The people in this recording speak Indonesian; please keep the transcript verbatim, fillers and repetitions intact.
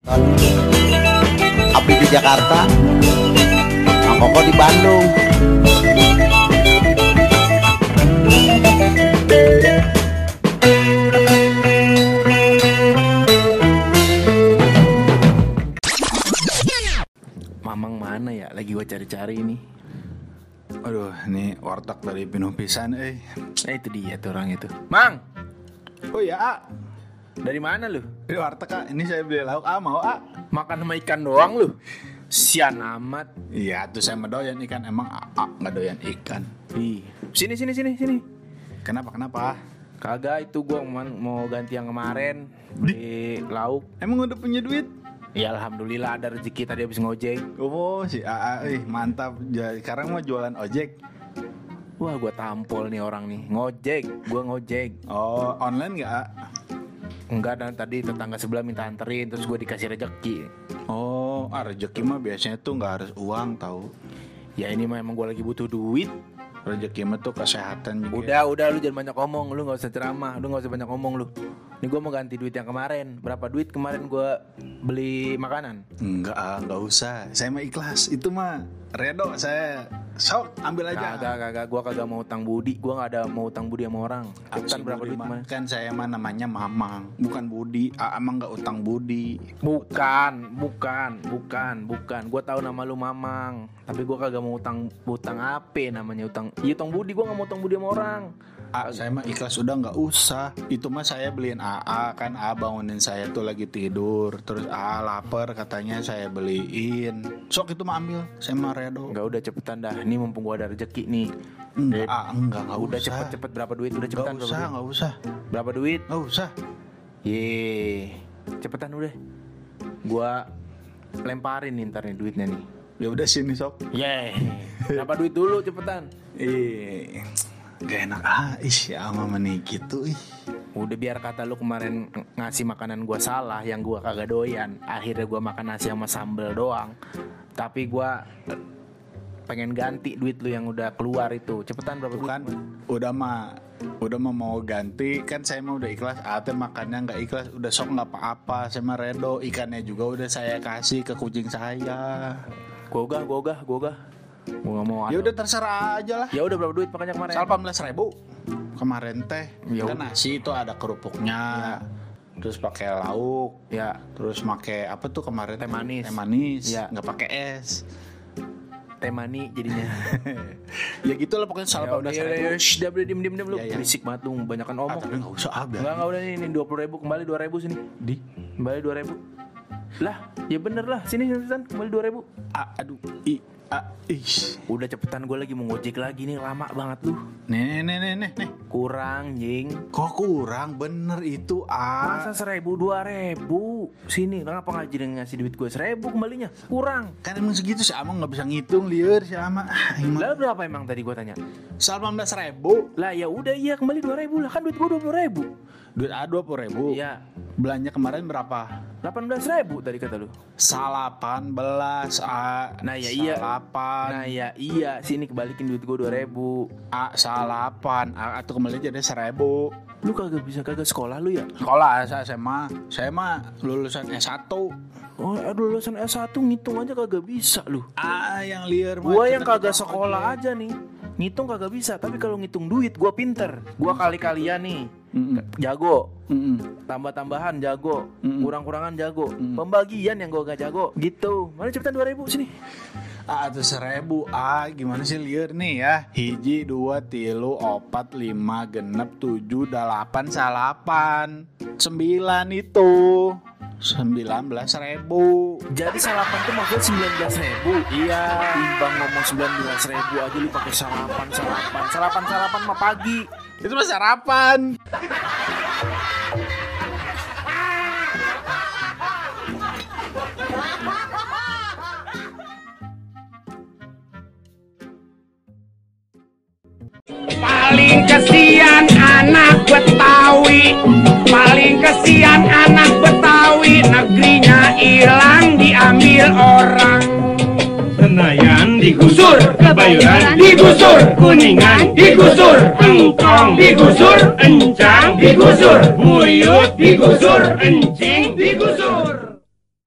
Abdi di Jakarta, Mang Koko di Bandung. Mamang mana ya? Lagi gua cari-cari ini. Aduh, ini warteg dari pinuh pisan, eh. Eh itu dia tuh orang itu. Mang, Oh ya, A. dari mana lu? Dari warteg, A. Ini saya beli lauk, A. Mau, A? Makan sama ikan doang lu? Sian amat. Iya, tuh saya mah doyan ikan. Emang A, A nggak doyan ikan. Ih, sini sini sini sini. Kenapa, kenapa? Kagak, itu gua man- mau ganti yang kemarin beli lauk. Emang udah punya duit? Ya alhamdulillah ada rezeki tadi habis ngojek. Oh, si A, A, eh, mantap. Ja- Sekarang mau jualan ojek. Wah, gua tampol nih orang nih. Ngojek, gua ngojek. Oh, online nggak, A? Enggak, dan tadi tetangga sebelah minta anterin, terus gua dikasih rezeki. Oh, ah, rezeki mah biasanya tuh nggak harus uang, tahu. Ya ini mah emang gua lagi butuh duit. Rezeki mah tuh kesehatan juga. Udah, udah lu jangan banyak ngomong, lu nggak usah ceramah, lu nggak usah banyak ngomong lu. Ini gue mau ganti duit yang kemarin. Berapa duit kemarin gue beli makanan? Enggak, ah, nggak usah. Saya mah ikhlas. Itu mah redo saya. Sok, ambil aja. Kagak, kagak. Gue kagak mau utang budi. Gue nggak ada mau utang budi sama orang. Cepetan berapa duit kemarin? Kan saya mah namanya Mamang, bukan Budi. Ah, emang nggak utang budi. Bukan, bukan, bukan, bukan. Gue tahu nama lu Mamang. Tapi gue kagak mau utang, utang apa namanya utang? Iya utang budi. Gue nggak mau utang budi sama orang. Ah, saya mah ikhlas, udah nggak usah. Itu mah saya beliin A A, kan A bangunin saya tuh lagi tidur. Terus A lapar, katanya saya beliin. Sok itu mah ambil. Saya mah redo. Enggak, udah cepetan dah. Ini mumpung gue ada rezeki nih. Enggak, ah, enggak, enggak Udah usah. cepet-cepet berapa duit? Udah cepetan Nggak berapa usah, duit? nggak usah. Berapa duit? Nggak usah. Yeay, cepetan udah. Gua lemparin nih ntar nih duitnya nih. Ya udah sini sok. Yeay, berapa duit dulu cepetan. Ih, gak enak ah, ih ya mama nih gitu ih. Udah biar kata lu kemarin ng- ngasih makanan gua salah, yang gua kagak doyan. Akhirnya gua makan nasi sama sambel doang. Tapi gua eh, pengen ganti duit lu yang udah keluar itu. Cepetan berapa Bukan, duit? udah mah, udah mah mau ganti kan saya mah udah ikhlas. Ate makannya nggak ikhlas, udah sok nggak apa-apa. Saya mah redo, ikannya juga udah saya kasih ke kucing saya. Gua ogah, gua ogah, gua ogah. Gua nggak mau. Ya udah terserah aja lah. Ya udah berapa duit makanya kemarin? delapan belas ribu kemarin teh. Ya Kan nasi itu ada kerupuknya. Terus pakai lauk, Ya, terus pakai apa tuh kemarin? Teh manis. Teh manis. Ya. Nggak pakai es. teh mani jadinya. Ya gitu lah pokoknya delapan belas ribu. Ya, shh, udah diem diem diem lu. Ya, ya. Berisik banget lu, banyakan Ah, omong. tapi nggak usah ah, biar- Enggak, enggak udah nih, ini dua puluh ribu kembali dua ribu sini. Di Kembali dua ribu. Lah, ya bener lah. Sini cepetan kembali dua ribu. ah, aduh i ah, ih. Udah cepetan, gue lagi mau ngojek lagi nih, lama banget lu. Nih nih nih nih nih. Kurang, jing. Kok kurang bener itu ah. Masa seribu, dua ribu. Sini, kenapa ngajarin ngasih duit gue seribu kembalinya? Kurang. Kan emang segitu sih Amang nggak bisa ngitung liur si Ama. Ah, emang Lah berapa emang tadi gue tanya? delapan belas ribu. Lah ya udah iya kembali dua ribu lah, kan duit gue dua puluh ribu. Duit A dua puluh ribu. Iya, Belanja kemarin berapa? delapan belas ribu tadi kata lu. Salapan belas A. Nah ya iya. Salapan. Nah ya iya, sini kebalikin duit gue dua ribu. A salapan. A atau kembali jadi seribu. Lu kagak bisa kagak sekolah lu ya? Sekolah saya saya mah saya mah lulusan S satu. Oh, aduh lulusan S satu ngitung aja kagak bisa lu. Ah yang liar mah. Gua yang cepet kagak cepet sekolah aja nih. Ngitung kagak bisa, tapi kalau ngitung duit gua pinter. Gua kali-kalian nih. Mm-mm. Jago. Mm-mm. Tambah-tambahan jago. Mm-mm. Kurang-kurangan jago. Pembagian yang gua gak jago. Gitu. Mana cepetan dua ribu sini. Ah tuh seribu. Ah gimana sih liar nih ya. Hiji dua tilu opat lima genep tujuh delapan salapan sembilan itu sembilan belas ribu. Jadi salapan tuh maksudnya sembilan belas ribu. Iya. Timbang ngomong sembilan belas ribu aja lu pakai sarapan, sarapan, sarapan, sarapan mah pagi. Itu mah sarapan. Paling kesian anak Betawi, paling kesian anak Betawi, negerinya hilang diambil orang. Senayan digusur, Kebayoran digusur, Kuningan digusur, Engkong digusur, Encang digusur, Muyut digusur, Encing digusur.